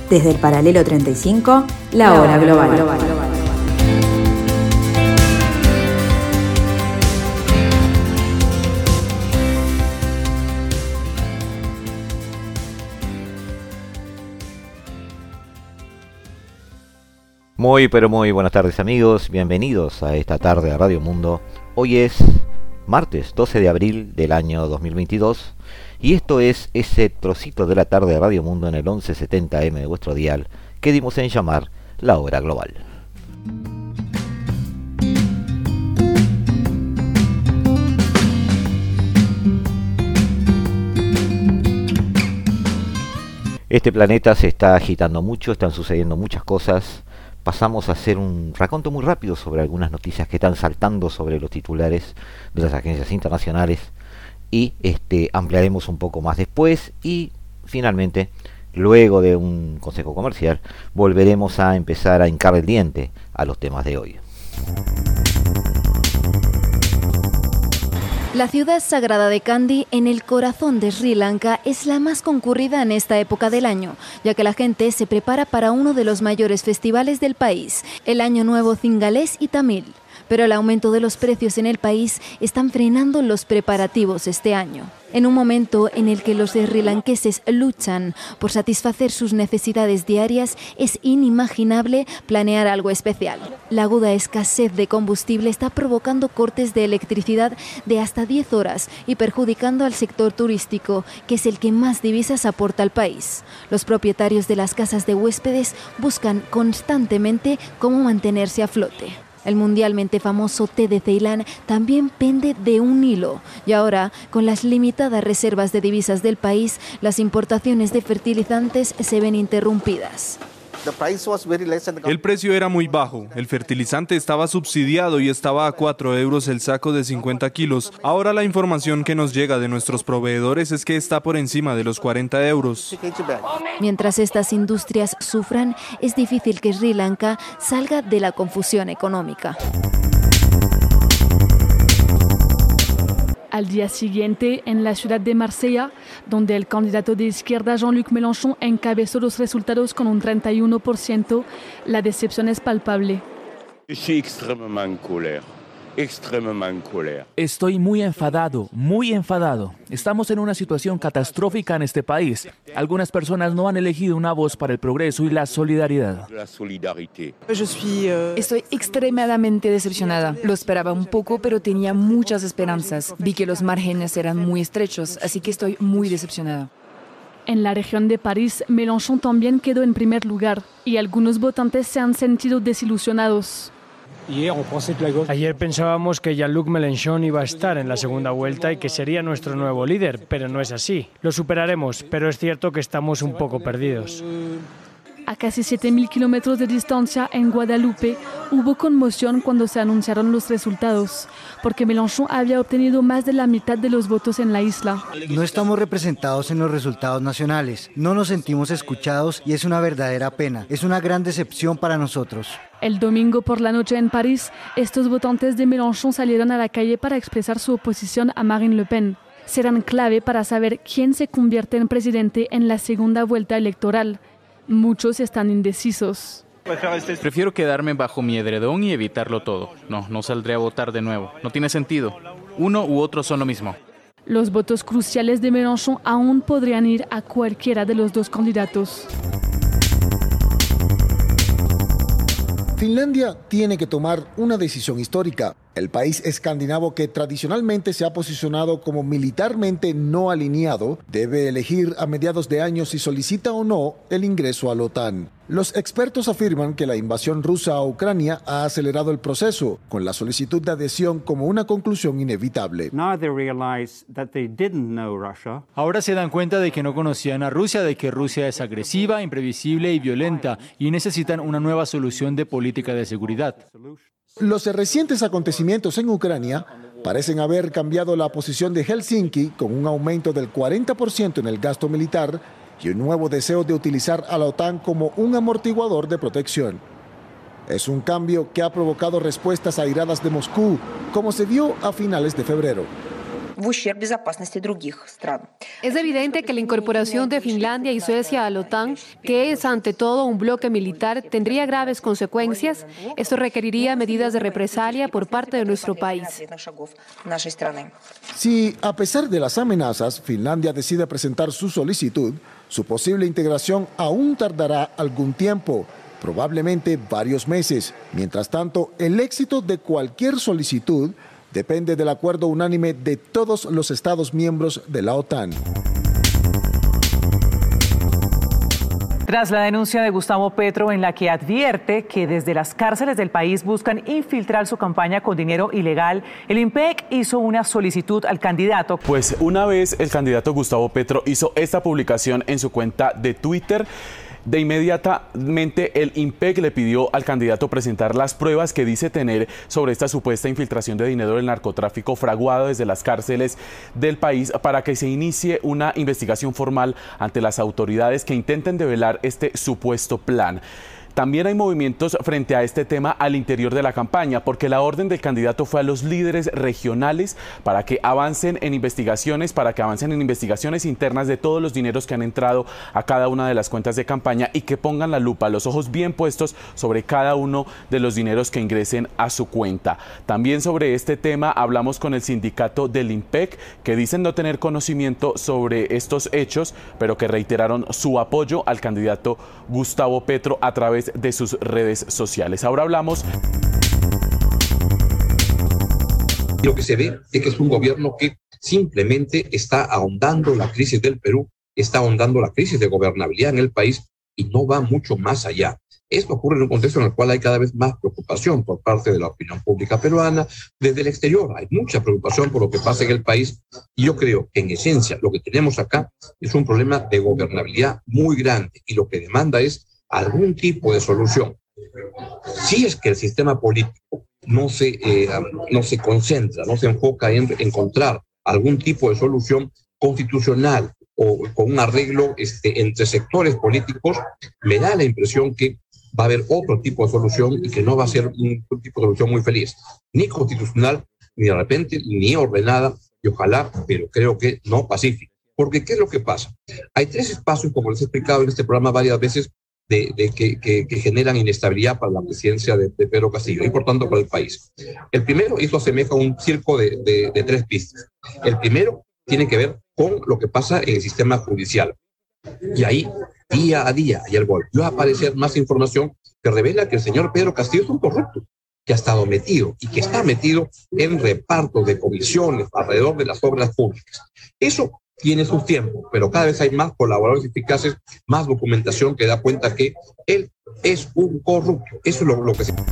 Desde el paralelo 35, la hora global. Muy pero muy buenas tardes amigos, bienvenidos a esta tarde de Radio Mundo. Hoy es martes 12 de abril del año 2022 y esto es ese trocito de la tarde de Radio Mundo en el 1170M de vuestro dial que dimos en llamar la hora global. Este planeta se está agitando mucho, están sucediendo muchas cosas. Pasamos a hacer un raconto muy rápido sobre algunas noticias que están saltando sobre los titulares de las agencias internacionales y ampliaremos un poco más después y finalmente, luego de un consejo comercial, volveremos a empezar a hincar el diente a los temas de hoy. La ciudad sagrada de Kandy, en el corazón de Sri Lanka, es la más concurrida en esta época del año, ya que la gente se prepara para uno de los mayores festivales del país, el Año Nuevo Cingalés y Tamil. Pero el aumento de los precios en el país están frenando los preparativos este año. En un momento en el que los srilankeses luchan por satisfacer sus necesidades diarias, es inimaginable planear algo especial. La aguda escasez de combustible está provocando cortes de electricidad de hasta 10 horas y perjudicando al sector turístico, que es el que más divisas aporta al país. Los propietarios de las casas de huéspedes buscan constantemente cómo mantenerse a flote. El mundialmente famoso té de Ceilán también pende de un hilo y ahora, con las limitadas reservas de divisas del país, las importaciones de fertilizantes se ven interrumpidas. El precio era muy bajo, el fertilizante estaba subsidiado y estaba a 4 euros el saco de 50 kilos. Ahora la información que nos llega de nuestros proveedores es que está por encima de los 40 euros. Mientras estas industrias sufran, es difícil que Sri Lanka salga de la confusión económica. Al día siguiente, en la ciudad de Marsella, donde el candidato de izquierda Jean-Luc Mélenchon encabezó los resultados con un 31%, la decepción es palpable. Estoy muy enfadado, muy enfadado. Estamos en una situación catastrófica en este país. Algunas personas no han elegido una voz para el progreso y la solidaridad. Estoy extremadamente decepcionada. Lo esperaba un poco, pero tenía muchas esperanzas. Vi que los márgenes eran muy estrechos, así que estoy muy decepcionada. En la región de París, Mélenchon también quedó en primer lugar y algunos votantes se han sentido desilusionados. Ayer pensábamos que Jean-Luc Mélenchon iba a estar en la segunda vuelta y que sería nuestro nuevo líder, pero no es así. Lo superaremos, pero es cierto que estamos un poco perdidos. A casi 7.000 kilómetros de distancia, en Guadalupe, hubo conmoción cuando se anunciaron los resultados, porque Mélenchon había obtenido más de la mitad de los votos en la isla. No estamos representados en los resultados nacionales, no nos sentimos escuchados y es una verdadera pena, es una gran decepción para nosotros. El domingo por la noche en París, estos votantes de Mélenchon salieron a la calle para expresar su oposición a Marine Le Pen. Serán clave para saber quién se convierte en presidente en la segunda vuelta electoral. Muchos están indecisos. Prefiero quedarme bajo mi edredón y evitarlo todo. No saldré a votar de nuevo. No tiene sentido. Uno u otro son lo mismo. Los votos cruciales de Mélenchon aún podrían ir a cualquiera de los dos candidatos. Finlandia tiene que tomar una decisión histórica. El país escandinavo, que tradicionalmente se ha posicionado como militarmente no alineado, debe elegir a mediados de año si solicita o no el ingreso a la OTAN. Los expertos afirman que la invasión rusa a Ucrania ha acelerado el proceso, con la solicitud de adhesión como una conclusión inevitable. Ahora se dan cuenta de que no conocían a Rusia, de que Rusia es agresiva, imprevisible y violenta, y necesitan una nueva solución de política de seguridad. Los recientes acontecimientos en Ucrania parecen haber cambiado la posición de Helsinki, con un aumento del 40% en el gasto militar y un nuevo deseo de utilizar a la OTAN como un amortiguador de protección. Es un cambio que ha provocado respuestas airadas de Moscú, como se vio a finales de febrero. Es evidente que la incorporación de Finlandia y Suecia a la OTAN, que es ante todo un bloque militar, tendría graves consecuencias. Esto requeriría medidas de represalia por parte de nuestro país. Si, a pesar de las amenazas, Finlandia decide presentar su solicitud, su posible integración aún tardará algún tiempo, probablemente varios meses. Mientras tanto, el éxito de cualquier solicitud depende del acuerdo unánime de todos los Estados miembros de la OTAN. Tras la denuncia de Gustavo Petro en la que advierte que desde las cárceles del país buscan infiltrar su campaña con dinero ilegal, el IMPEC hizo una solicitud al candidato. Pues una vez el candidato Gustavo Petro hizo esta publicación en su cuenta de Twitter, de inmediatamente el IMPEC le pidió al candidato presentar las pruebas que dice tener sobre esta supuesta infiltración de dinero del narcotráfico fraguado desde las cárceles del país para que se inicie una investigación formal ante las autoridades que intenten develar este supuesto plan. También hay movimientos frente a este tema al interior de la campaña, porque la orden del candidato fue a los líderes regionales para que avancen en investigaciones, internas de todos los dineros que han entrado a cada una de las cuentas de campaña y que pongan la lupa, los ojos bien puestos sobre cada uno de los dineros que ingresen a su cuenta. También sobre este tema hablamos con el sindicato del IMPEC, que dicen no tener conocimiento sobre estos hechos, pero que reiteraron su apoyo al candidato Gustavo Petro a través de sus redes sociales. Ahora hablamos. Lo que se ve es que es un gobierno que simplemente está ahondando la crisis del Perú, está ahondando la crisis de gobernabilidad en el país y no va mucho más allá. Esto ocurre en un contexto en el cual hay cada vez más preocupación por parte de la opinión pública peruana. Desde el exterior hay mucha preocupación por lo que pasa en el país y yo creo que en esencia lo que tenemos acá es un problema de gobernabilidad muy grande y lo que demanda es algún tipo de solución. Si es que el sistema político no se concentra, no se enfoca en encontrar algún tipo de solución constitucional o con un arreglo entre sectores políticos, me da la impresión que va a haber otro tipo de solución y que no va a ser un tipo de solución muy feliz, ni constitucional, ni de repente, ni ordenada, y ojalá, pero creo que no pacífica. Porque ¿qué es lo que pasa? Hay tres espacios, como les he explicado en este programa varias veces, que generan inestabilidad para la presidencia de Pedro Castillo y por tanto para el país. El primero, esto asemeja a un circo de tres pistas. El primero tiene que ver con lo que pasa en el sistema judicial. Y ahí, día a día, ayer volvió a aparecer más información que revela que el señor Pedro Castillo es un corrupto, que ha estado metido y que está metido en reparto de comisiones alrededor de las obras públicas. Eso tiene sus tiempos, pero cada vez hay más colaboradores eficaces, más documentación que da cuenta que él es un corrupto. Eso es lo que se...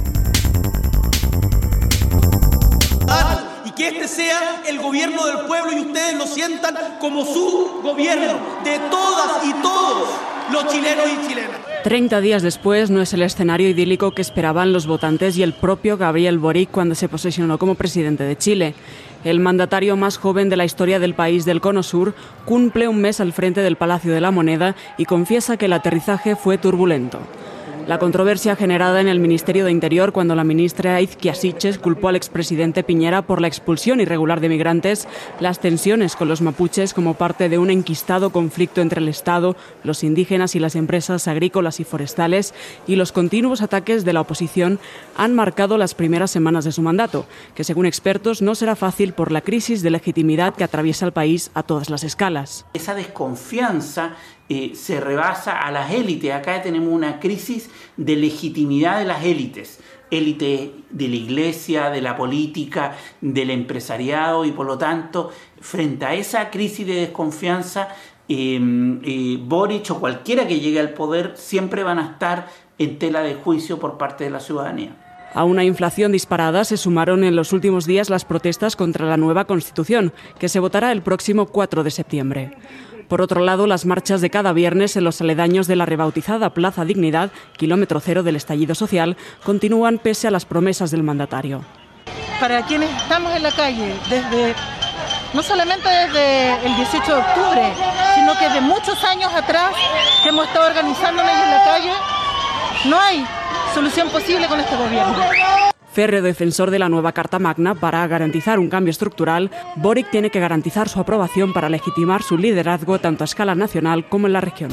Y que este sea el gobierno del pueblo y ustedes lo sientan como su gobierno, de todas y todos los chilenos y chilenas. 30 días después no es el escenario idílico que esperaban los votantes y el propio Gabriel Boric cuando se posesionó como presidente de Chile. El mandatario más joven de la historia del país del Cono Sur cumple un mes al frente del Palacio de la Moneda y confiesa que el aterrizaje fue turbulento. La controversia generada en el Ministerio de Interior cuando la ministra Izquierda Siches culpó al expresidente Piñera por la expulsión irregular de migrantes, las tensiones con los mapuches como parte de un enquistado conflicto entre el Estado, los indígenas y las empresas agrícolas y forestales y los continuos ataques de la oposición han marcado las primeras semanas de su mandato, que según expertos no será fácil por la crisis de legitimidad que atraviesa el país a todas las escalas. Esa desconfianza se rebasa a las élites. Acá tenemos una crisis de legitimidad de las élites. Élites de la iglesia, de la política, del empresariado y por lo tanto, frente a esa crisis de desconfianza, Boric o cualquiera que llegue al poder siempre van a estar en tela de juicio por parte de la ciudadanía. A una inflación disparada se sumaron en los últimos días las protestas contra la nueva Constitución, que se votará el próximo 4 de septiembre. Por otro lado, las marchas de cada viernes en los aledaños de la rebautizada Plaza Dignidad, kilómetro cero del estallido social, continúan pese a las promesas del mandatario. Para quienes estamos en la calle, no solamente desde el 18 de octubre, sino que de muchos años atrás que hemos estado organizándonos en la calle, no hay solución posible con este gobierno. Férreo defensor de la nueva Carta Magna para garantizar un cambio estructural, Boric tiene que garantizar su aprobación para legitimar su liderazgo tanto a escala nacional como en la región.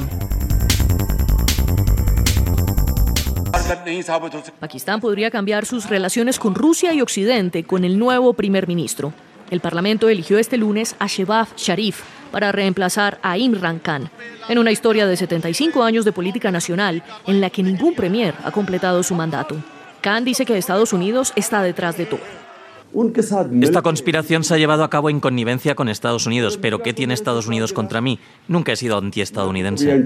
Pakistán podría cambiar sus relaciones con Rusia y Occidente con el nuevo primer ministro. El Parlamento eligió este lunes a Shehbaz Sharif para reemplazar a Imran Khan, en una historia de 75 años de política nacional en la que ningún premier ha completado su mandato. Khan dice que Estados Unidos está detrás de todo. Esta conspiración se ha llevado a cabo en connivencia con Estados Unidos, pero ¿qué tiene Estados Unidos contra mí? Nunca he sido antiestadounidense.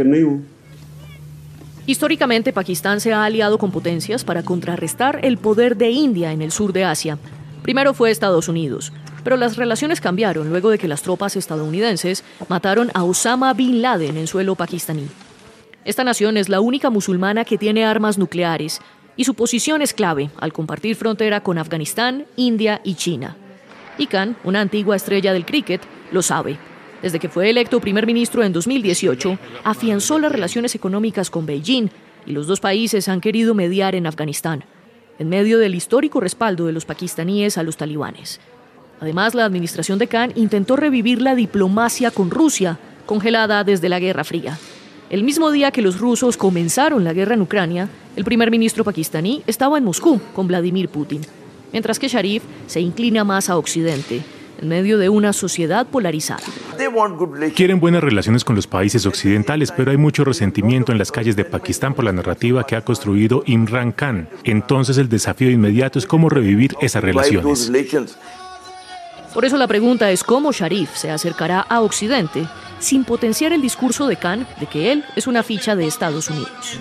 Históricamente, Pakistán se ha aliado con potencias para contrarrestar el poder de India en el sur de Asia. Primero fue Estados Unidos, pero las relaciones cambiaron luego de que las tropas estadounidenses mataron a Osama Bin Laden en suelo pakistaní. Esta nación es la única musulmana que tiene armas nucleares y su posición es clave al compartir frontera con Afganistán, India y China. Y Khan, una antigua estrella del cricket, lo sabe. Desde que fue electo primer ministro en 2018, afianzó las relaciones económicas con Beijing y los dos países han querido mediar en Afganistán, en medio del histórico respaldo de los pakistaníes a los talibanes. Además, la administración de Khan intentó revivir la diplomacia con Rusia, congelada desde la Guerra Fría. El mismo día que los rusos comenzaron la guerra en Ucrania, el primer ministro pakistaní estaba en Moscú con Vladimir Putin, mientras que Sharif se inclina más a Occidente, en medio de una sociedad polarizada. Quieren buenas relaciones con los países occidentales, pero hay mucho resentimiento en las calles de Pakistán por la narrativa que ha construido Imran Khan. Entonces el desafío inmediato es cómo revivir esas relaciones. Por eso la pregunta es cómo Sharif se acercará a Occidente sin potenciar el discurso de Khan de que él es una ficha de Estados Unidos.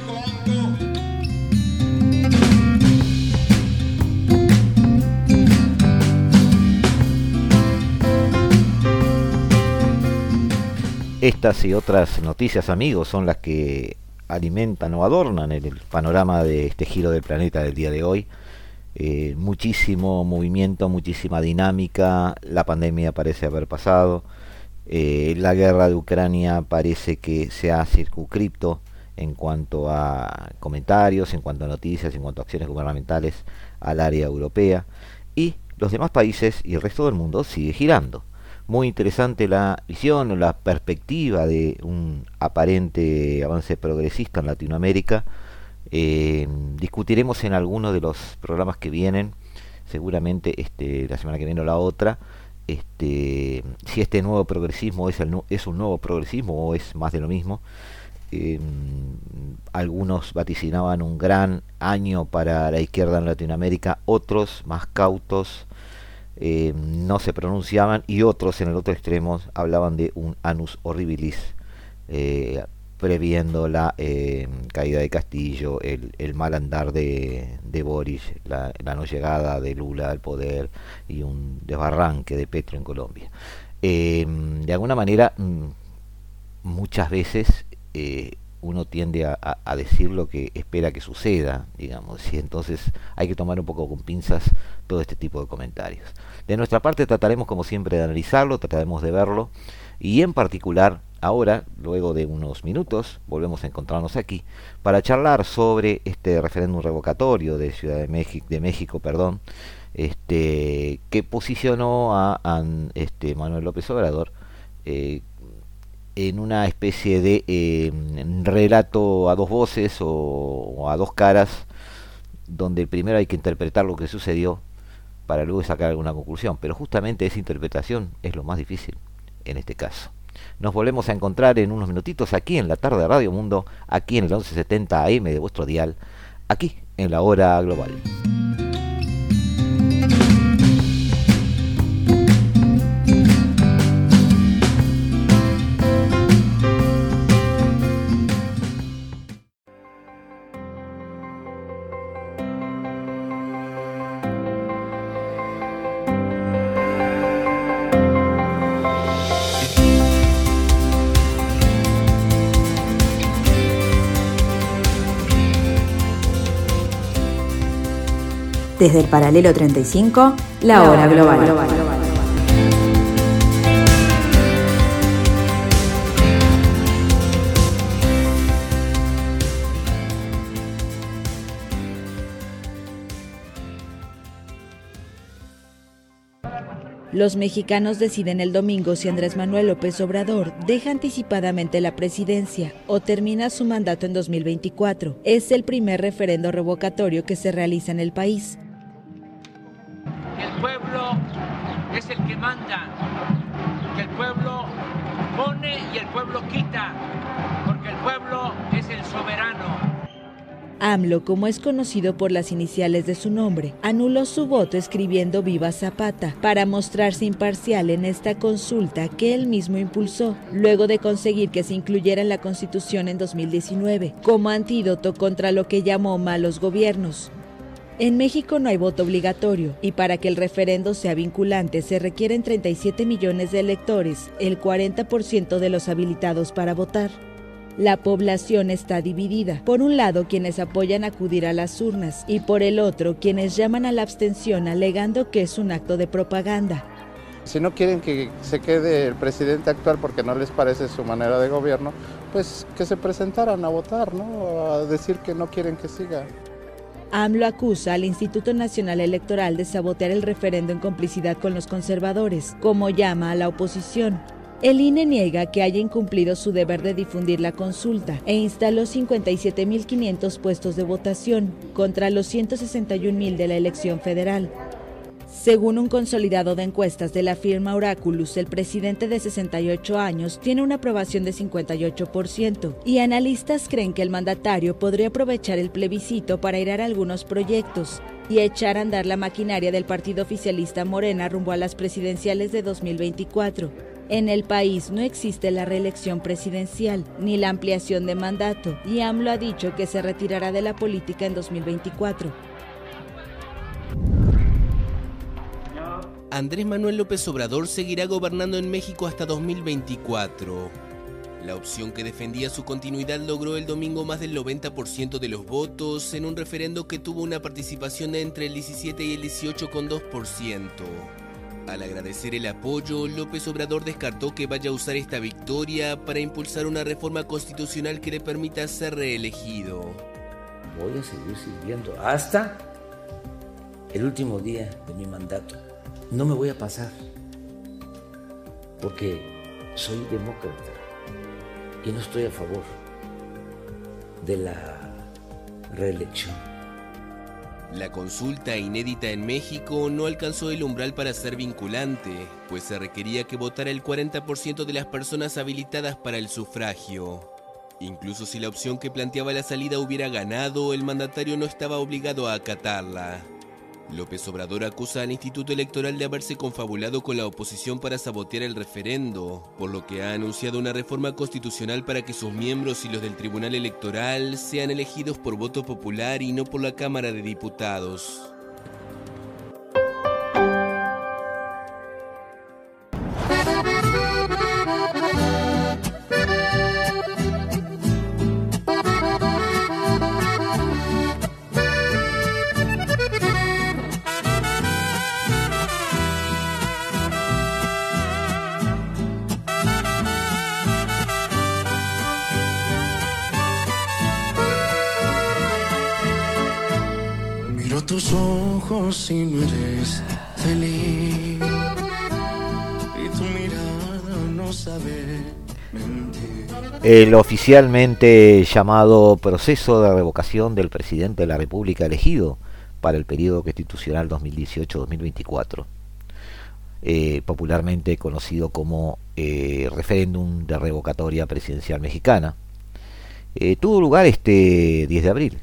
Estas y otras noticias, amigos, son las que alimentan o adornan el panorama de este giro del planeta del día de hoy. Muchísimo movimiento, muchísima dinámica, la pandemia parece haber pasado, la guerra de Ucrania parece que se ha circunscrito en cuanto a comentarios, en cuanto a noticias, en cuanto a acciones gubernamentales al área europea, y los demás países y el resto del mundo sigue girando. Muy interesante la visión o la perspectiva de un aparente avance progresista en Latinoamérica. Discutiremos en alguno de los programas que vienen, seguramente la semana que viene o la otra, si este nuevo progresismo es un nuevo progresismo o es más de lo mismo. Algunos vaticinaban un gran año para la izquierda en Latinoamérica, otros más cautos no se pronunciaban, y otros en el otro extremo hablaban de un annus horribilis, previendo la caída de Castillo, el mal andar de Boris, la no llegada de Lula al poder y un desbarranque de Petro en Colombia. De alguna manera, muchas veces uno tiende a decir lo que espera que suceda, digamos, y entonces hay que tomar un poco con pinzas todo este tipo de comentarios. De nuestra parte trataremos como siempre de analizarlo, trataremos de verlo, y en particular ahora, luego de unos minutos, volvemos a encontrarnos aquí para charlar sobre este referéndum revocatorio de Ciudad de México, que posicionó a Manuel López Obrador en una especie de relato a dos voces o a dos caras, donde primero hay que interpretar lo que sucedió para luego sacar alguna conclusión, pero justamente esa interpretación es lo más difícil en este caso. Nos volvemos a encontrar en unos minutitos aquí en la tarde de Radio Mundo, aquí en el 1170 AM de vuestro dial, aquí en la hora global. Desde el paralelo 35, la hora global. Los mexicanos deciden el domingo si Andrés Manuel López Obrador deja anticipadamente la presidencia o termina su mandato en 2024. Es el primer referendo revocatorio que se realiza en el país. El pueblo es el que manda, que el pueblo pone y el pueblo quita, porque el pueblo es el soberano. AMLO, como es conocido por las iniciales de su nombre, anuló su voto escribiendo Viva Zapata para mostrarse imparcial en esta consulta que él mismo impulsó, luego de conseguir que se incluyera en la Constitución en 2019, como antídoto contra lo que llamó malos gobiernos. En México no hay voto obligatorio y para que el referendo sea vinculante se requieren 37 millones de electores, el 40% de los habilitados para votar. La población está dividida. Por un lado, quienes apoyan acudir a las urnas y por el otro, quienes llaman a la abstención alegando que es un acto de propaganda. Si no quieren que se quede el presidente actual porque no les parece su manera de gobierno, pues que se presentaran a votar, ¿no? A decir que no quieren que siga. AMLO acusa al Instituto Nacional Electoral de sabotear el referendo en complicidad con los conservadores, como llama a la oposición. El INE niega que haya incumplido su deber de difundir la consulta e instaló 57.500 puestos de votación contra los 161.000 de la elección federal. Según un consolidado de encuestas de la firma Oráculos, el presidente de 68 años tiene una aprobación de 58% y analistas creen que el mandatario podría aprovechar el plebiscito para airar algunos proyectos y echar a andar la maquinaria del partido oficialista Morena rumbo a las presidenciales de 2024. En el país no existe la reelección presidencial ni la ampliación de mandato y AMLO ha dicho que se retirará de la política en 2024. Andrés Manuel López Obrador seguirá gobernando en México hasta 2024. La opción que defendía su continuidad logró el domingo más del 90% de los votos en un referendo que tuvo una participación de entre el 17 y el 18,2%. Al agradecer el apoyo, López Obrador descartó que vaya a usar esta victoria para impulsar una reforma constitucional que le permita ser reelegido. Voy a seguir sirviendo hasta el último día de mi mandato. No me voy a pasar, porque soy demócrata y no estoy a favor de la reelección. La consulta inédita en México no alcanzó el umbral para ser vinculante, pues se requería que votara el 40% de las personas habilitadas para el sufragio. Incluso si la opción que planteaba la salida hubiera ganado, el mandatario no estaba obligado a acatarla. López Obrador acusa al Instituto Electoral de haberse confabulado con la oposición para sabotear el referendo, por lo que ha anunciado una reforma constitucional para que sus miembros y los del Tribunal Electoral sean elegidos por voto popular y no por la Cámara de Diputados. Tus ojos y no eres feliz y tu mirada no sabe mentir. El oficialmente llamado proceso de revocación del presidente de la República elegido para el periodo constitucional 2018-2024, popularmente conocido como referéndum de revocatoria presidencial mexicana, tuvo lugar este 10 de abril.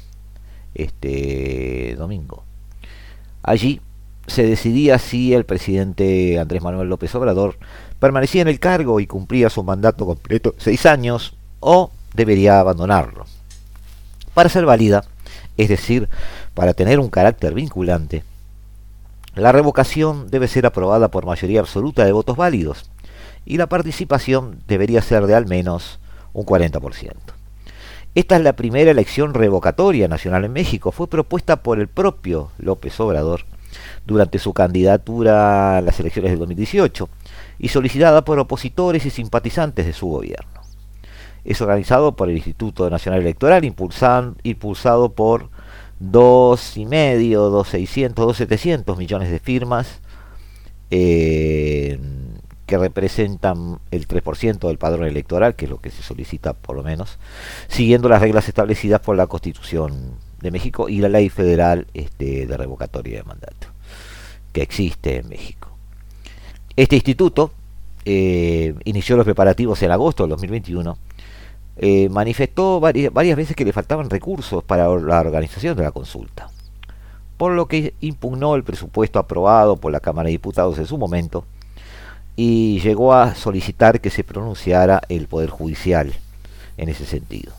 Este domingo. Allí se decidía si el presidente Andrés Manuel López Obrador permanecía en el cargo y cumplía su mandato completo 6 años o debería abandonarlo. Para ser válida, es decir, para tener un carácter vinculante, la revocación debe ser aprobada por mayoría absoluta de votos válidos y la participación debería ser de al menos un 40%. Esta es la primera elección revocatoria nacional en México. Fue propuesta por el propio López Obrador durante su candidatura a las elecciones del 2018 y solicitada por opositores y simpatizantes de su gobierno. Es organizado por el Instituto Nacional Electoral, impulsado por 2.500, 2.600, 2.700 millones de firmas que representan el 3% del padrón electoral, que es lo que se solicita por lo menos, siguiendo las reglas establecidas por la Constitución de México y la ley federal de revocatoria de mandato que existe en México. Este instituto inició los preparativos en agosto del 2021. Manifestó varias veces que le faltaban recursos para la organización de la consulta, por lo que impugnó el presupuesto aprobado por la Cámara de Diputados en su momento y llegó a solicitar que se pronunciara el Poder Judicial en ese sentido.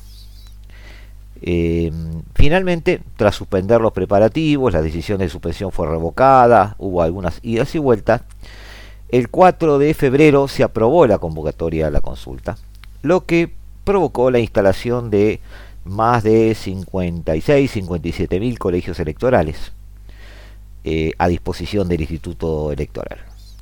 Finalmente, tras suspender los preparativos, la decisión de suspensión fue revocada, hubo algunas idas y vueltas. El 4 de febrero se aprobó la convocatoria a la consulta, lo que provocó la instalación de más de 57 mil colegios electorales a disposición del Instituto Electoral.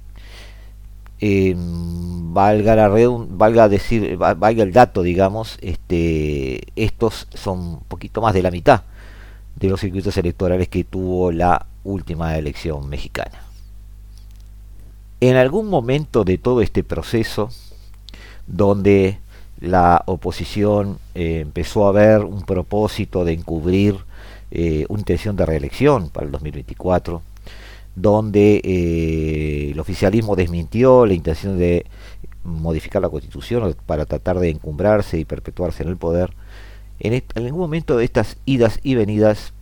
Valga el dato, digamos, estos son un poquito más de la mitad de los circuitos electorales que tuvo la última elección mexicana. En algún momento de todo este proceso, donde la oposición empezó a ver un propósito de encubrir una intención de reelección para el 2024, donde el oficialismo desmintió la intención de modificar la Constitución para tratar de encumbrarse y perpetuarse en el poder. En algún momento de estas idas y venidas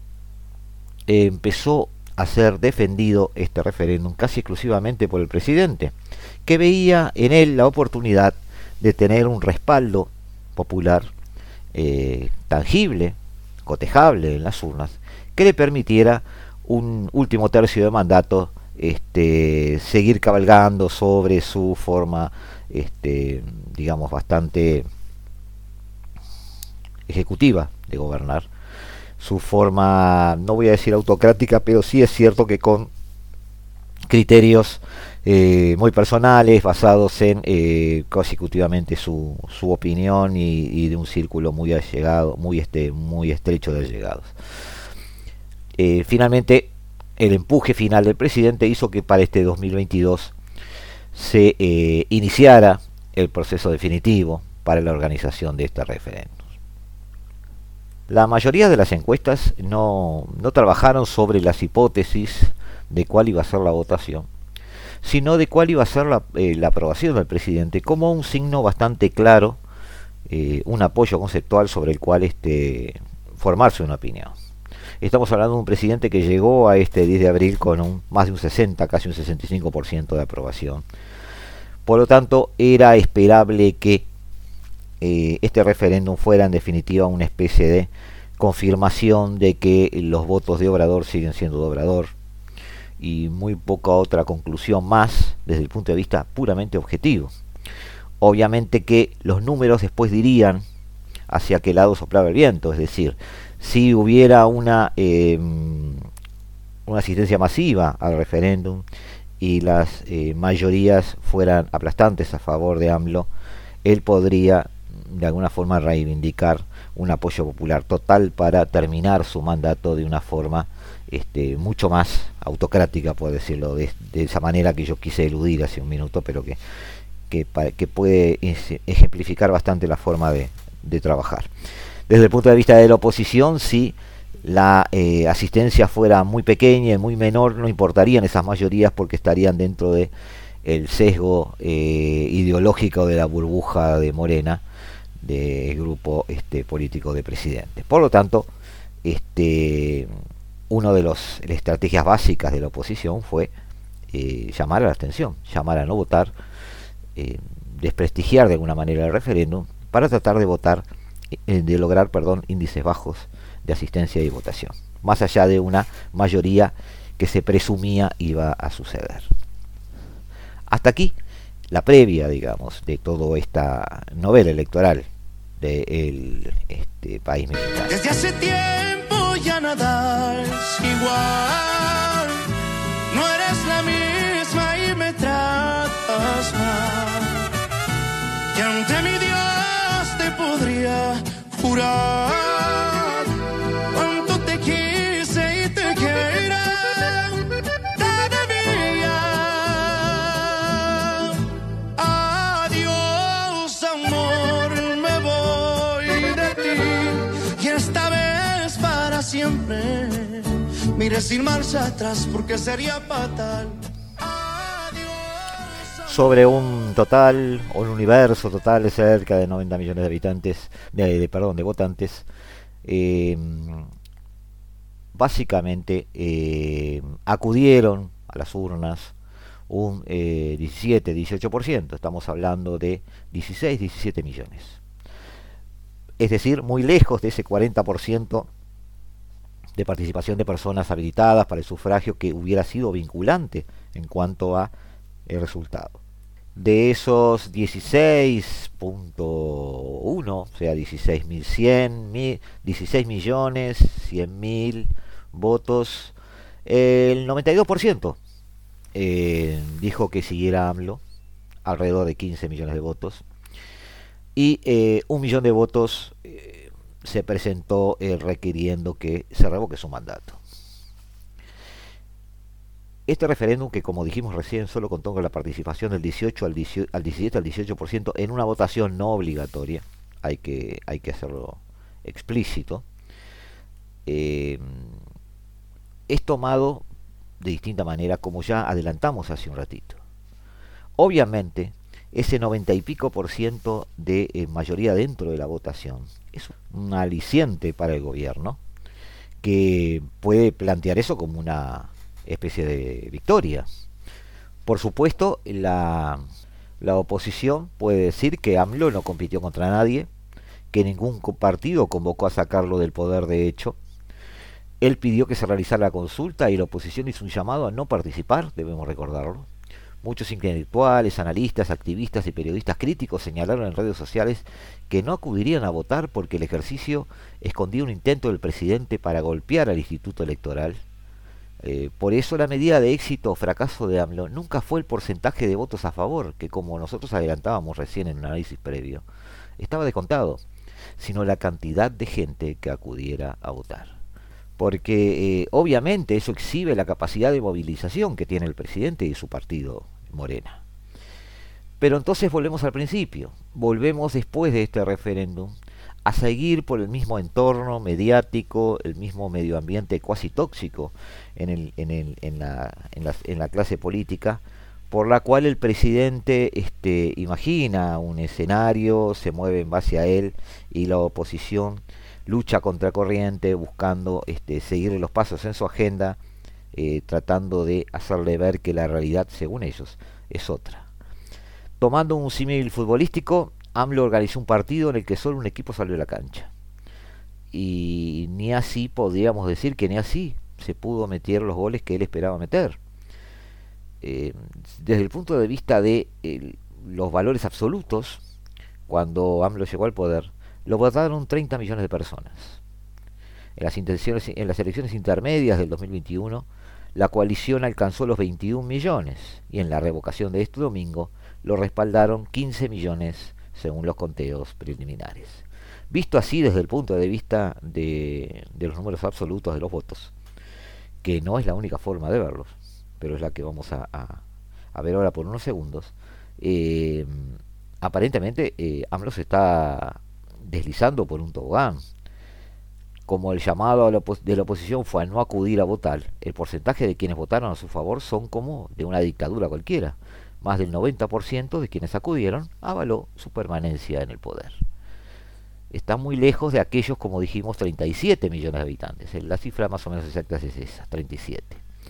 empezó a ser defendido este referéndum casi exclusivamente por el presidente, que veía en él la oportunidad de tener un respaldo popular tangible, cotejable en las urnas, que le permitiera un último tercio de mandato seguir cabalgando sobre su forma digamos bastante ejecutiva de gobernar, su forma, no voy a decir autocrática, pero sí es cierto que con criterios muy personales, basados en consecutivamente su opinión y de un círculo muy allegado, muy estrecho de allegados. Finalmente, el empuje final del presidente hizo que para este 2022 se iniciara el proceso definitivo para la organización de este referéndum. La mayoría de las encuestas no trabajaron sobre las hipótesis de cuál iba a ser la votación, sino de cuál iba a ser la aprobación del presidente, como un signo bastante claro, un apoyo conceptual sobre el cual formarse una opinión. Estamos hablando de un presidente que llegó a este 10 de abril con más de un 60, casi un 65% de aprobación. Por lo tanto, era esperable que este referéndum fuera en definitiva una especie de confirmación de que los votos de Obrador siguen siendo de Obrador, y muy poca otra conclusión más desde el punto de vista puramente objetivo. Obviamente que los números después dirían hacia qué lado soplaba el viento, es decir, si hubiera una asistencia masiva al referéndum y las mayorías fueran aplastantes a favor de AMLO, él podría de alguna forma reivindicar un apoyo popular total para terminar su mandato de una forma mucho más autocrática, por decirlo de esa manera que yo quise eludir hace un minuto, pero que puede ejemplificar bastante la forma de trabajar. Desde el punto de vista de la oposición, si la asistencia fuera muy pequeña y muy menor, no importarían esas mayorías porque estarían dentro de el sesgo ideológico de la burbuja de Morena, del grupo político de presidente. Por lo tanto, una de las estrategias básicas de la oposición fue llamar a la abstención, llamar a no votar, desprestigiar de alguna manera el referéndum para tratar de lograr índices bajos de asistencia y votación, más allá de una mayoría que se presumía iba a suceder. Hasta aquí la previa, digamos, de toda esta novela electoral del país mexicano. Desde hace tiempo ya nada es igual, no eres la misma y me tratas mal, y ante mi Dios te podría jurar cuánto te quise y te quiero todavía. siempre. Mire sin marcha atrás porque sería fatal. Sobre un total, o un universo total de cerca de 90 millones de habitantes, de votantes, básicamente acudieron a las urnas un 17-18%, estamos hablando de 16-17 millones. Es decir, muy lejos de ese 40% de participación de personas habilitadas para el sufragio que hubiera sido vinculante en cuanto a el resultado. De esos 16.1, o sea, 16 millones 100 mil votos, el 92% dijo que siguiera AMLO, alrededor de 15 millones de votos, y 1 millón de votos se presentó requiriendo que se revoque su mandato. Este referéndum, que como dijimos recién solo contó con la participación del 17 al 18% en una votación no obligatoria, hay que hacerlo explícito, es tomado de distinta manera, como ya adelantamos hace un ratito. Obviamente, ese 90 y pico % de mayoría dentro de la votación es un aliciente para el gobierno, que puede plantear eso como una especie de victoria. Por supuesto, la oposición puede decir que AMLO no compitió contra nadie, que ningún partido convocó a sacarlo del poder. De hecho, él pidió que se realizara la consulta y la oposición hizo un llamado a no participar, debemos recordarlo. Muchos intelectuales, analistas, activistas y periodistas críticos señalaron en redes sociales que no acudirían a votar porque el ejercicio escondía un intento del presidente para golpear al Instituto Electoral. Por eso la medida de éxito o fracaso de AMLO nunca fue el porcentaje de votos a favor, que como nosotros adelantábamos recién en un análisis previo, estaba descontado, sino la cantidad de gente que acudiera a votar. Porque obviamente eso exhibe la capacidad de movilización que tiene el presidente y su partido, Morena. Pero entonces volvemos al principio, volvemos después de este referéndum a seguir por el mismo entorno mediático, el mismo medio ambiente cuasi tóxico en la clase política, por la cual el presidente imagina un escenario, se mueve en base a él, y la oposición lucha contra corriente buscando seguirle los pasos en su agenda, tratando de hacerle ver que la realidad, según ellos, es otra. Tomando un símil futbolístico, AMLO organizó un partido en el que solo un equipo salió a la cancha. Y ni así, podríamos decir que ni así se pudo meter los goles que él esperaba meter. Desde el punto de vista de los valores absolutos, cuando AMLO llegó al poder, lo votaron 30 millones de personas. En las elecciones intermedias del 2021, la coalición alcanzó los 21 millones, y en la revocación de este domingo lo respaldaron 15 millones según los conteos preliminares. Visto así desde el punto de vista de los números absolutos de los votos, que no es la única forma de verlos, pero es la que vamos a ver ahora por unos segundos, aparentemente AMLO se está deslizando por un tobogán. Como el llamado de la oposición fue a no acudir a votar, el porcentaje de quienes votaron a su favor son como de una dictadura cualquiera. Más del 90% de quienes acudieron avaló su permanencia en el poder. Está muy lejos de aquellos, como dijimos, 37 millones de habitantes. La cifra más o menos exacta es esa, 37.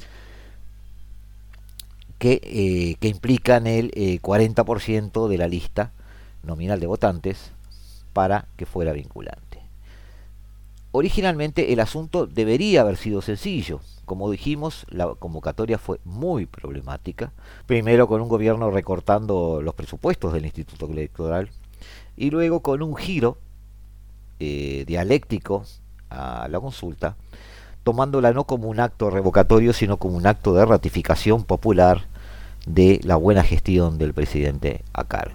Que implican el 40% de la lista nominal de votantes para que fuera vinculante. Originalmente el asunto debería haber sido sencillo. Como dijimos, la convocatoria fue muy problemática. Primero con un gobierno recortando los presupuestos del Instituto Electoral, y luego con un giro dialéctico a la consulta, tomándola no como un acto revocatorio, sino como un acto de ratificación popular de la buena gestión del presidente a cargo.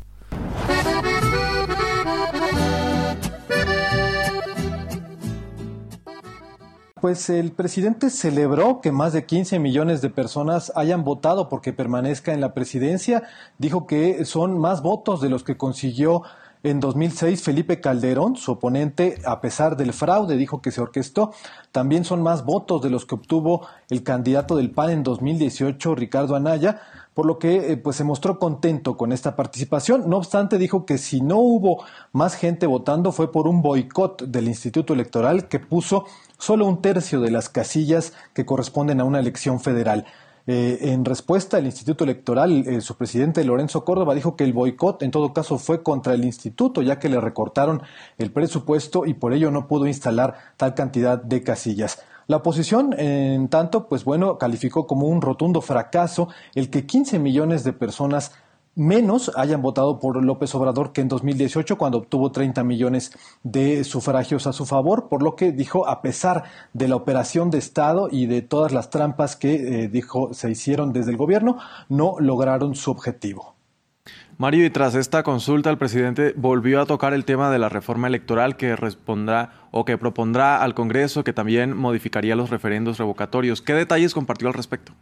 Pues el presidente celebró que más de 15 millones de personas hayan votado porque permanezca en la presidencia. Dijo que son más votos de los que consiguió En 2006, Felipe Calderón, su oponente, a pesar del fraude, dijo que se orquestó. También son más votos de los que obtuvo el candidato del PAN en 2018, Ricardo Anaya, por lo que pues se mostró contento con esta participación. No obstante, dijo que si no hubo más gente votando fue por un boicot del Instituto Electoral que puso solo 1/3 de las casillas que corresponden a una elección federal. En respuesta, el Instituto Electoral, su presidente Lorenzo Córdoba dijo que el boicot en todo caso fue contra el instituto, ya que le recortaron el presupuesto y por ello no pudo instalar tal cantidad de casillas. La oposición, en tanto, pues bueno, calificó como un rotundo fracaso el que 15 millones de personas menos hayan votado por López Obrador que en 2018, cuando obtuvo 30 millones de sufragios a su favor, por lo que dijo, a pesar de la operación de Estado y de todas las trampas que dijo se hicieron desde el gobierno, no lograron su objetivo. Mario, y tras esta consulta, el presidente volvió a tocar el tema de la reforma electoral que propondrá al Congreso, que también modificaría los referendos revocatorios. ¿Qué detalles compartió al respecto?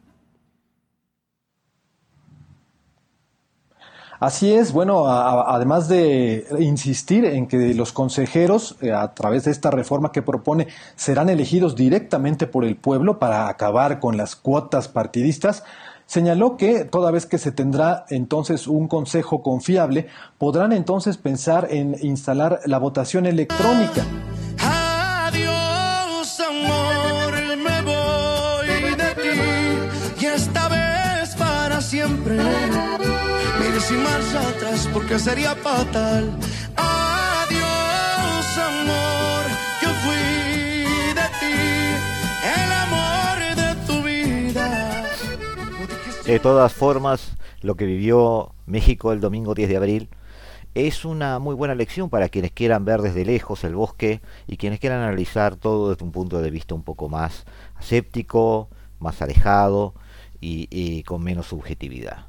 Así es, bueno, además de insistir en que los consejeros, a través de esta reforma que propone, serán elegidos directamente por el pueblo para acabar con las cuotas partidistas, señaló que toda vez que se tendrá entonces un consejo confiable, podrán entonces pensar en instalar la votación electrónica. Adiós, amor, me voy de ti y esta vez para siempre. Mire sin marcha atrás porque sería fatal. Adiós, amor, yo fui de ti, el amor de tu vida. De todas formas, lo que vivió México el domingo 10 de abril es una muy buena lección para quienes quieran ver desde lejos el bosque y quienes quieran analizar todo desde un punto de vista un poco más aséptico, más alejado y con menos subjetividad.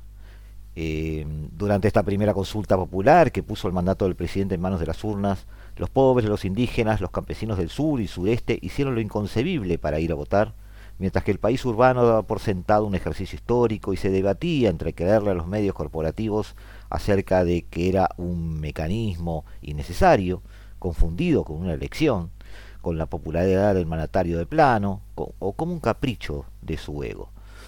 Durante esta primera consulta popular que puso el mandato del presidente en manos de las urnas, los pobres, los indígenas, los campesinos del sur y sureste hicieron lo inconcebible para ir a votar, mientras que el país urbano daba por sentado un ejercicio histórico y se debatía entre creerle a los medios corporativos acerca de que era un mecanismo innecesario, confundido con una elección, con la popularidad del mandatario de plano, o como un capricho de su ego.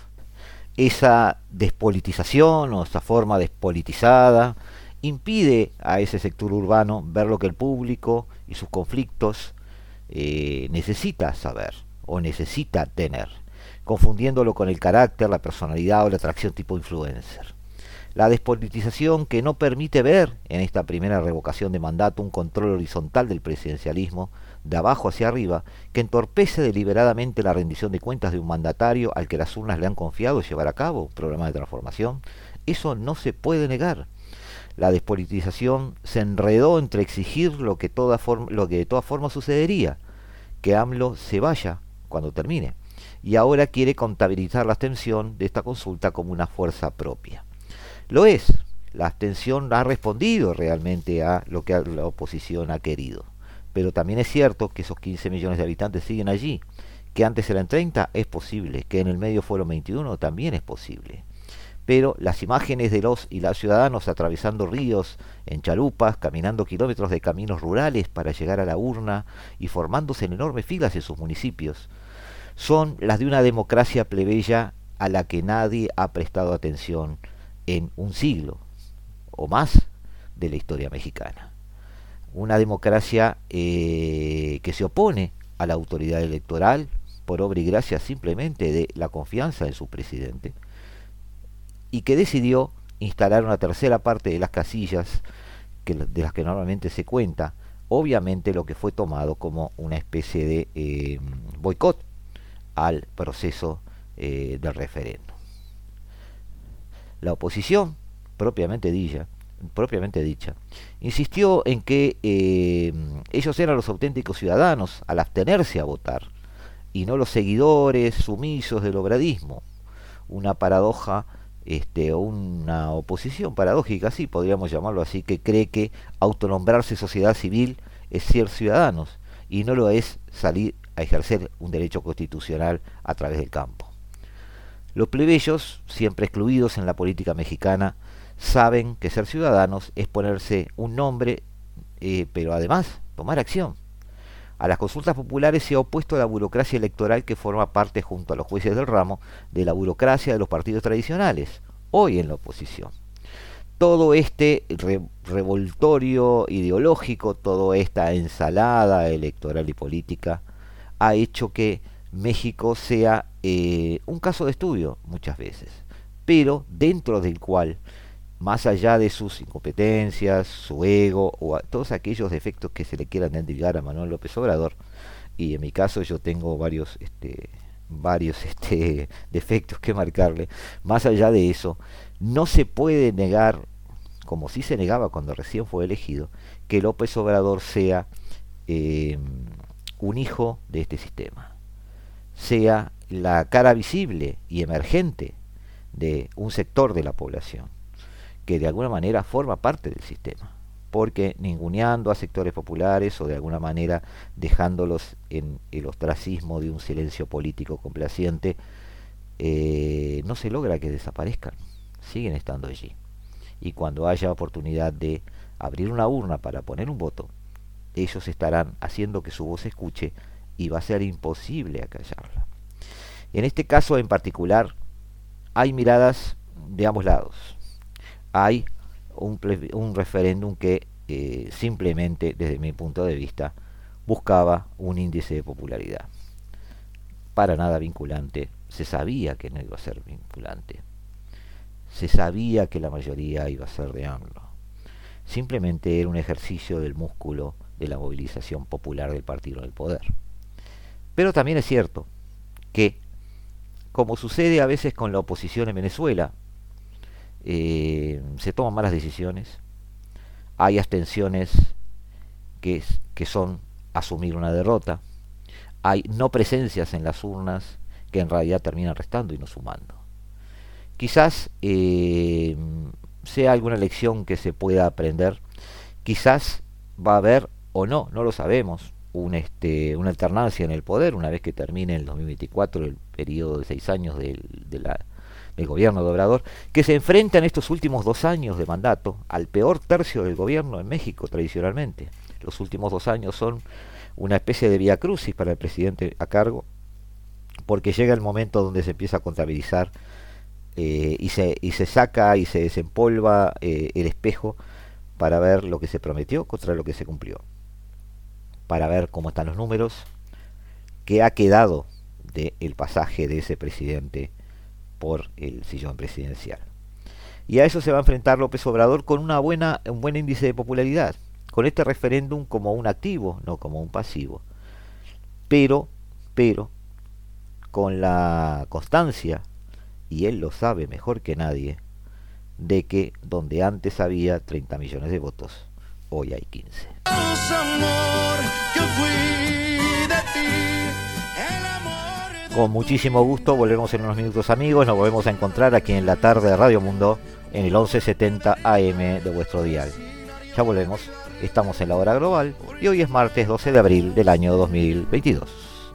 Esa despolitización o esa forma despolitizada impide a ese sector urbano ver lo que el público y sus conflictos necesita saber o necesita tener, confundiéndolo con el carácter, la personalidad o la atracción tipo influencer. La despolitización que no permite ver en esta primera revocación de mandato un control horizontal del presidencialismo de abajo hacia arriba, que entorpece deliberadamente la rendición de cuentas de un mandatario al que las urnas le han confiado llevar a cabo un programa de transformación, eso no se puede negar. La despolitización se enredó entre exigir lo que de todas formas sucedería, que AMLO se vaya cuando termine, y ahora quiere contabilizar la abstención de esta consulta como una fuerza propia. Lo es, la abstención ha respondido realmente a lo que la oposición ha querido. Pero también es cierto que esos 15 millones de habitantes siguen allí, que antes eran 30, es posible, que en el medio fueron 21, también es posible. Pero las imágenes de los y las ciudadanos atravesando ríos en chalupas, caminando kilómetros de caminos rurales para llegar a la urna y formándose en enormes filas en sus municipios, son las de una democracia plebeya a la que nadie ha prestado atención en un siglo o más de la historia mexicana. Una democracia que se opone a la autoridad electoral por obra y gracia simplemente de la confianza en su presidente y que decidió instalar una tercera parte de las casillas de las que normalmente se cuenta, obviamente lo que fue tomado como una especie de boicot al proceso del referéndum. La oposición propiamente dicha, insistió en que ellos eran los auténticos ciudadanos al abstenerse a votar, y no los seguidores sumisos del obradismo. Una paradoja, o una oposición paradójica, sí, podríamos llamarlo así, que cree que autonombrarse sociedad civil es ser ciudadanos, y no lo es salir a ejercer un derecho constitucional a través del campo. Los plebeyos, siempre excluidos en la política mexicana, saben que ser ciudadanos es ponerse un nombre pero además tomar acción. A las consultas populares se ha opuesto a la burocracia electoral que forma parte, junto a los jueces del ramo, de la burocracia de los partidos tradicionales, hoy en la oposición. Todo este revoltorio ideológico, toda esta ensalada electoral y política, ha hecho que México sea un caso de estudio muchas veces, pero dentro del cual, más allá de sus incompetencias, su ego o todos aquellos defectos que se le quieran endilgar a Manuel López Obrador, y en mi caso yo tengo varios defectos que marcarle, más allá de eso, no se puede negar, como sí se negaba cuando recién fue elegido, que López Obrador sea un hijo de este sistema, sea la cara visible y emergente de un sector de la población que de alguna manera forma parte del sistema, porque ninguneando a sectores populares o de alguna manera dejándolos en el ostracismo de un silencio político complaciente, no se logra que desaparezcan, siguen estando allí. Y cuando haya oportunidad de abrir una urna para poner un voto, ellos estarán haciendo que su voz se escuche y va a ser imposible acallarla. En este caso en particular hay miradas de ambos lados. Hay un referéndum que simplemente, desde mi punto de vista, buscaba un índice de popularidad. Para nada vinculante. Se sabía que no iba a ser vinculante. Se sabía que la mayoría iba a ser de AMLO. Simplemente era un ejercicio del músculo de la movilización popular del partido del poder. Pero también es cierto que, como sucede a veces con la oposición en Venezuela, se toman malas decisiones, hay abstenciones que son asumir una derrota, hay no presencias en las urnas que en realidad terminan restando y no sumando. Quizás sea alguna lección que se pueda aprender, quizás va a haber o no lo sabemos, una alternancia en el poder una vez que termine el 2024 el periodo de 6 años del gobierno de Obrador, que se enfrenta en estos últimos 2 años de mandato al peor tercio del gobierno en México tradicionalmente. Los últimos 2 años son una especie de vía crucis para el presidente a cargo, porque llega el momento donde se empieza a contabilizar y se saca y se desempolva el espejo para ver lo que se prometió contra lo que se cumplió, para ver cómo están los números, qué ha quedado del pasaje de ese presidente por el sillón presidencial. Y a eso se va a enfrentar López Obrador con un buen índice de popularidad, con este referéndum como un activo, no como un pasivo, pero con la constancia, y él lo sabe mejor que nadie, de que donde antes había 30 millones de votos, hoy hay 15. Con muchísimo gusto volvemos en unos minutos, amigos. Nos volvemos a encontrar aquí en la tarde de Radio Mundo en el 1170 AM de vuestro dial. Ya volvemos, estamos en la hora global y hoy es martes 12 de abril del año 2022.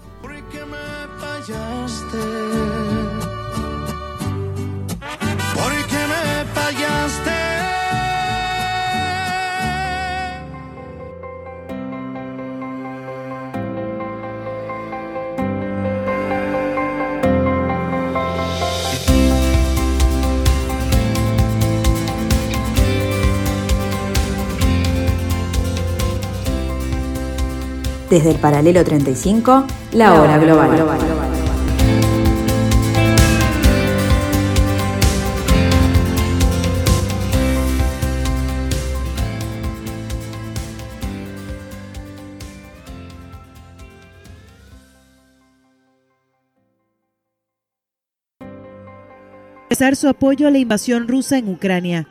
Desde el paralelo 35, la hora global. Expresar su apoyo a la invasión rusa en Ucrania.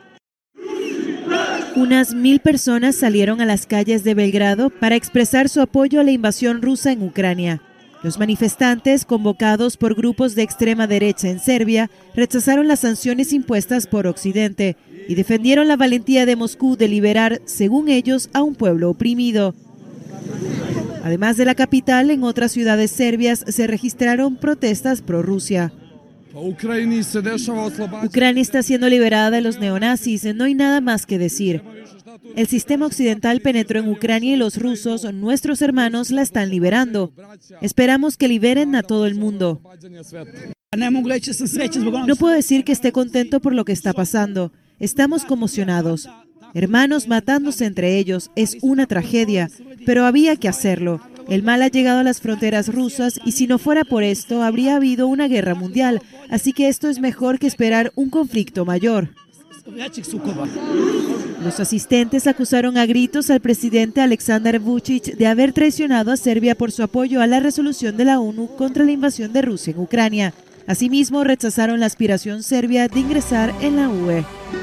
Unas 1000 personas salieron a las calles de Belgrado para expresar su apoyo a la invasión rusa en Ucrania. Los manifestantes, convocados por grupos de extrema derecha en Serbia, rechazaron las sanciones impuestas por Occidente y defendieron la valentía de Moscú de liberar, según ellos, a un pueblo oprimido. Además de la capital, en otras ciudades serbias se registraron protestas pro-Rusia. Ucrania está siendo liberada de los neonazis, no hay nada más que decir. El sistema occidental penetró en Ucrania y los rusos, nuestros hermanos, la están liberando. Esperamos que liberen a todo el mundo. No puedo decir que esté contento por lo que está pasando. Estamos conmocionados. Hermanos matándose entre ellos es una tragedia, pero había que hacerlo. El mal ha llegado a las fronteras rusas y si no fuera por esto, habría habido una guerra mundial. Así que esto es mejor que esperar un conflicto mayor. Los asistentes acusaron a gritos al presidente Aleksandar Vučić de haber traicionado a Serbia por su apoyo a la resolución de la ONU contra la invasión de Rusia en Ucrania. Asimismo, rechazaron la aspiración serbia de ingresar en la UE.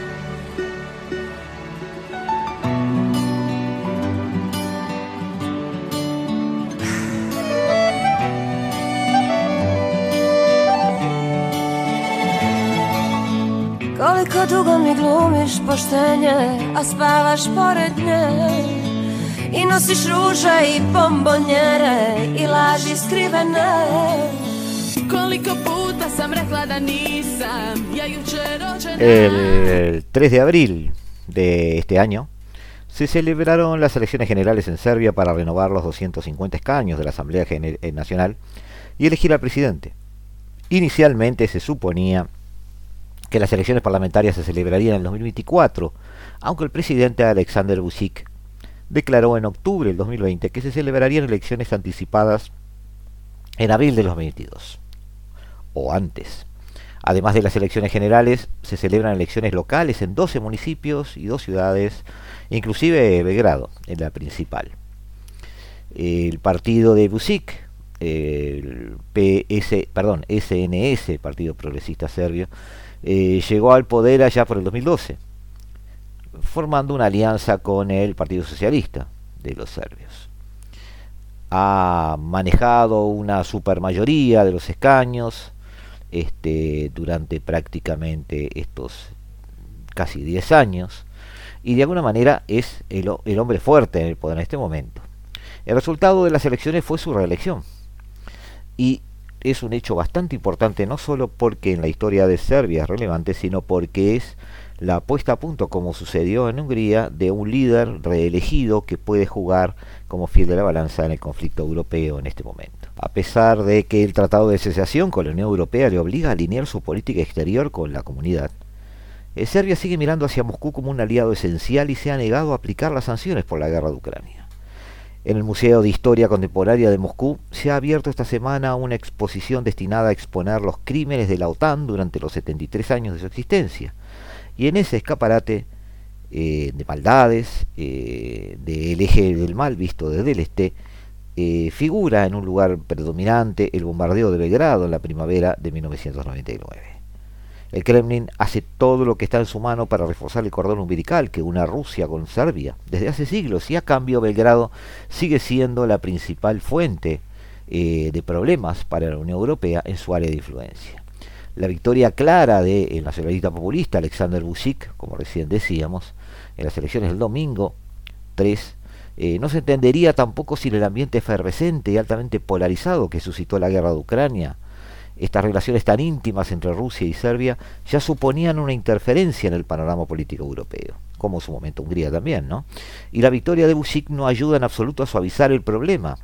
Koliko dugo mi glumiš poštenje, a spavaš pored nje I nosiš ruže I bombonjere I laži skrivene. Koliko puta sam rekla da nisam ja jučer rođena. El 3 de abril de este año se celebraron las elecciones generales en Serbia para renovar los 250 escaños de la Asamblea Nacional y elegir al presidente. Inicialmente se suponía que las elecciones parlamentarias se celebrarían en el 2024, aunque el presidente Aleksandar Vučić declaró en octubre del 2020 que se celebrarían elecciones anticipadas en abril de 2022, o antes. Además de las elecciones generales, se celebran elecciones locales en 12 municipios y 2 ciudades, inclusive Belgrado, en la principal. El partido de Vučić, el SNS, Partido Progresista Serbio, llegó al poder allá por el 2012, formando una alianza con el Partido Socialista de los serbios. Ha manejado una supermayoría de los escaños durante prácticamente estos casi 10 años y de alguna manera es el hombre fuerte en el poder en este momento. El resultado de las elecciones fue su reelección y es un hecho bastante importante, no solo porque en la historia de Serbia es relevante, sino porque es la puesta a punto, como sucedió en Hungría, de un líder reelegido que puede jugar como fiel de la balanza en el conflicto europeo en este momento. A pesar de que el Tratado de Asociación con la Unión Europea le obliga a alinear su política exterior con la comunidad, Serbia sigue mirando hacia Moscú como un aliado esencial y se ha negado a aplicar las sanciones por la guerra de Ucrania. En el Museo de Historia Contemporánea de Moscú se ha abierto esta semana una exposición destinada a exponer los crímenes de la OTAN durante los 73 años de su existencia. Y en ese escaparate de maldades, del eje del mal visto desde el este, figura en un lugar predominante el bombardeo de Belgrado en la primavera de 1999. El Kremlin hace todo lo que está en su mano para reforzar el cordón umbilical que une a Rusia con Serbia desde hace siglos y a cambio Belgrado sigue siendo la principal fuente de problemas para la Unión Europea en su área de influencia. La victoria clara del nacionalista populista Aleksandar Vučić, como recién decíamos, en las elecciones del domingo 3, no se entendería tampoco sin el ambiente efervescente y altamente polarizado que suscitó la guerra de Ucrania. Estas relaciones tan íntimas entre Rusia y Serbia ya suponían una interferencia en el panorama político europeo, como en su momento Hungría también, ¿no? Y la victoria de Vučić no ayuda en absoluto a suavizar el problema.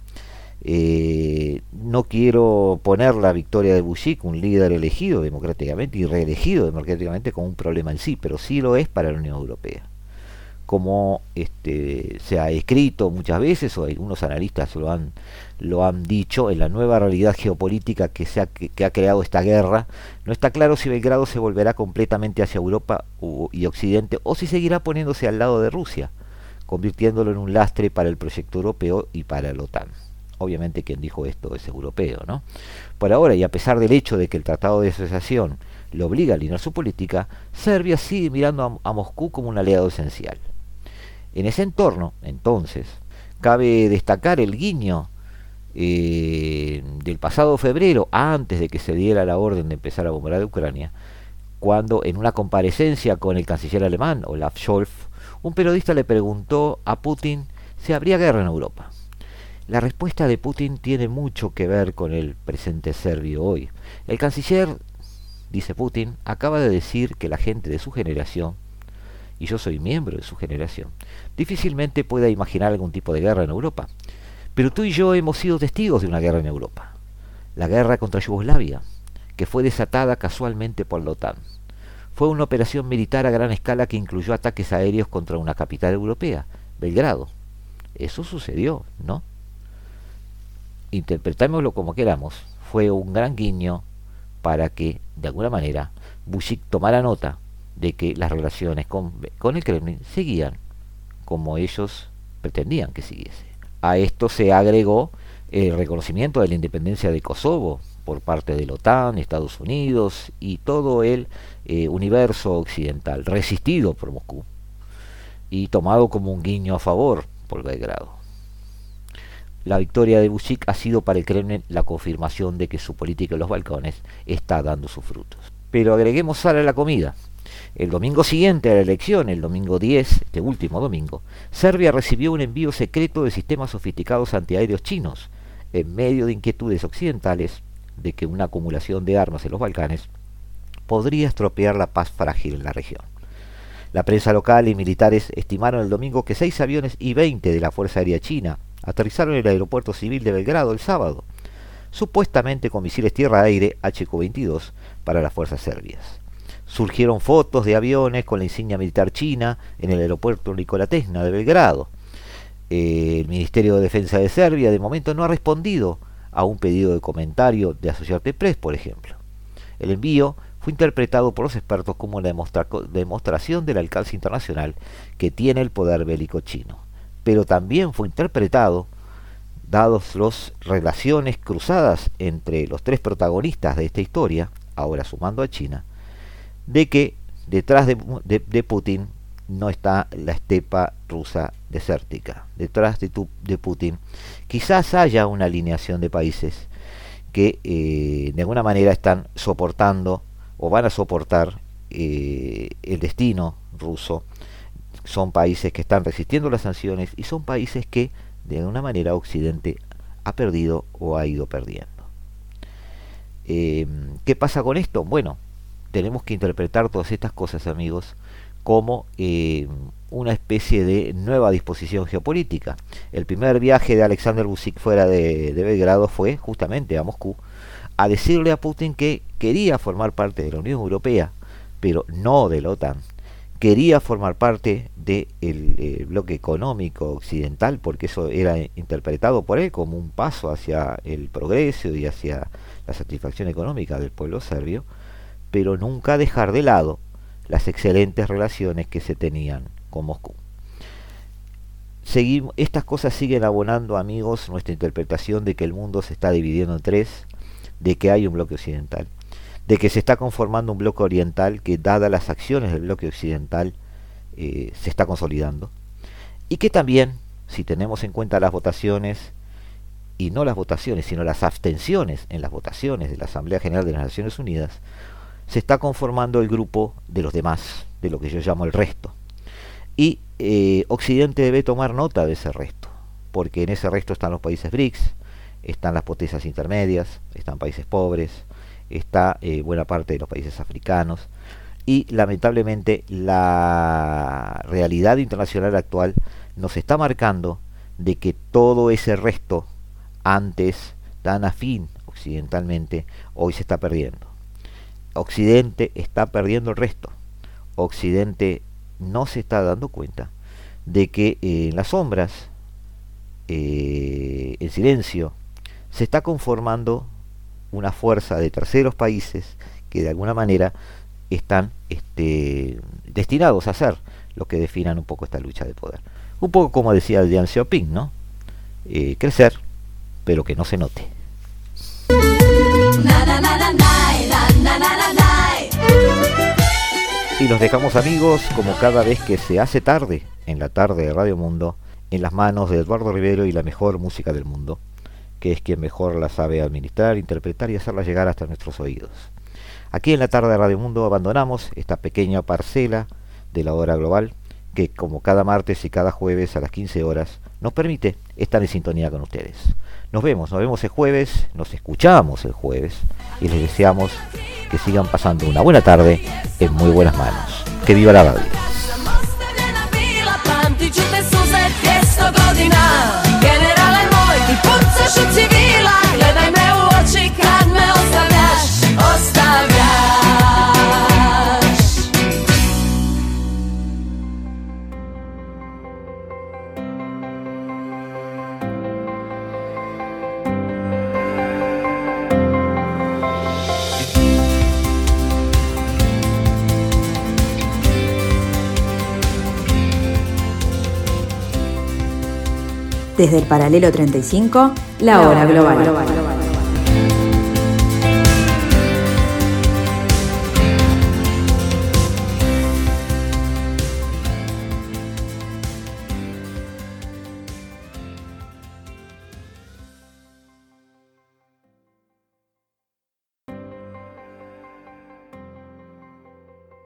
No quiero poner la victoria de Vučić, un líder elegido democráticamente y reelegido democráticamente, como un problema en sí, pero sí lo es para la Unión Europea. Como se ha escrito muchas veces, o algunos analistas lo han dicho, en la nueva realidad geopolítica que ha creado esta guerra, no está claro si Belgrado se volverá completamente hacia Europa y Occidente, o si seguirá poniéndose al lado de Rusia, convirtiéndolo en un lastre para el proyecto europeo y para la OTAN. Obviamente quien dijo esto es europeo, ¿no? Por ahora, y a pesar del hecho de que el Tratado de Asociación le obliga a alinear su política, Serbia sigue mirando a Moscú como un aliado esencial. En ese entorno, entonces, cabe destacar el guiño del pasado febrero, antes de que se diera la orden de empezar a bombardear Ucrania, cuando en una comparecencia con el canciller alemán, Olaf Scholz, un periodista le preguntó a Putin si habría guerra en Europa. La respuesta de Putin tiene mucho que ver con el presente serbio hoy. El canciller, dice Putin, acaba de decir que la gente de su generación y yo soy miembro de su generación, difícilmente pueda imaginar algún tipo de guerra en Europa. Pero tú y yo hemos sido testigos de una guerra en Europa. La guerra contra Yugoslavia, que fue desatada casualmente por la OTAN. Fue una operación militar a gran escala que incluyó ataques aéreos contra una capital europea, Belgrado. Eso sucedió, ¿no? Interpretémoslo como queramos. Fue un gran guiño para que, de alguna manera, Vučić tomara nota de que las relaciones con el Kremlin seguían como ellos pretendían que siguiese. A esto se agregó el reconocimiento de la independencia de Kosovo por parte de la OTAN, Estados Unidos y todo el universo occidental, resistido por Moscú y tomado como un guiño a favor por Belgrado. La victoria de Vučić ha sido para el Kremlin la confirmación de que su política en los Balcanes está dando sus frutos. Pero agreguemos sal a la comida. El domingo siguiente a la elección, el domingo 10, este último domingo, Serbia recibió un envío secreto de sistemas sofisticados antiaéreos chinos, en medio de inquietudes occidentales de que una acumulación de armas en los Balcanes podría estropear la paz frágil en la región. La prensa local y militares estimaron el domingo que 6 aviones I-20 de la Fuerza Aérea China aterrizaron en el aeropuerto civil de Belgrado el sábado, supuestamente con misiles tierra-aire HQ-22 para las fuerzas serbias. Surgieron fotos de aviones con la insignia militar china en el aeropuerto Nikola Tesla de Belgrado. El Ministerio de Defensa de Serbia de momento no ha respondido a un pedido de comentario de Associated Press, por ejemplo. El envío fue interpretado por los expertos como una demostración del alcance internacional que tiene el poder bélico chino, pero también fue interpretado, dados las relaciones cruzadas entre los 3 protagonistas de esta historia, ahora sumando a China, de que detrás de Putin no está la estepa rusa desértica. Detrás de Putin quizás haya una alineación de países que de alguna manera están soportando o van a soportar el destino ruso. Son países que están resistiendo las sanciones y son países que de alguna manera Occidente ha perdido o ha ido perdiendo. ¿Qué pasa con esto? Bueno, tenemos que interpretar todas estas cosas, amigos, como una especie de nueva disposición geopolítica. El primer viaje de Alexander Vučić fuera de Belgrado fue justamente a Moscú a decirle a Putin que quería formar parte de la Unión Europea, pero no de la OTAN. Quería formar parte del bloque económico occidental, porque eso era interpretado por él como un paso hacia el progreso y hacia la satisfacción económica del pueblo serbio, pero nunca dejar de lado las excelentes relaciones que se tenían con Moscú. Estas cosas siguen abonando, amigos, nuestra interpretación de que el mundo se está dividiendo en 3, de que hay un bloque occidental, de que se está conformando un bloque oriental que, dadas las acciones del bloque occidental, se está consolidando, y que también, si tenemos en cuenta las votaciones, y no las votaciones, sino las abstenciones en las votaciones de la Asamblea General de las Naciones Unidas, se está conformando el grupo de los demás, de lo que yo llamo el resto. Y Occidente debe tomar nota de ese resto, porque en ese resto están los países BRICS, están las potencias intermedias, están países pobres, está buena parte de los países africanos, y lamentablemente la realidad internacional actual nos está marcando de que todo ese resto, antes tan afín occidentalmente, hoy se está perdiendo. Occidente está perdiendo el resto. Occidente no se está dando cuenta de que en las sombras, en silencio, se está conformando una fuerza de terceros países que de alguna manera están destinados a hacer lo que definan un poco esta lucha de poder. Un poco como decía Deng Xiaoping, ¿no? Crecer, pero que no se note. Y los dejamos, amigos, como cada vez que se hace tarde, en la tarde de Radio Mundo, en las manos de Eduardo Rivero y la mejor música del mundo, que es quien mejor la sabe administrar, interpretar y hacerla llegar hasta nuestros oídos. Aquí en la tarde de Radio Mundo abandonamos esta pequeña parcela de la hora global, que como cada martes y cada jueves a las 15 horas nos permite estar en sintonía con ustedes. Nos vemos el jueves, nos escuchamos el jueves y les deseamos que sigan pasando una buena tarde en muy buenas manos. ¡Que viva la radio! istina. Generale moj, ti pucaš u civila, gledaj me u oči kad me ostavljaš, ostavljaš. Desde el paralelo 35, la hora global.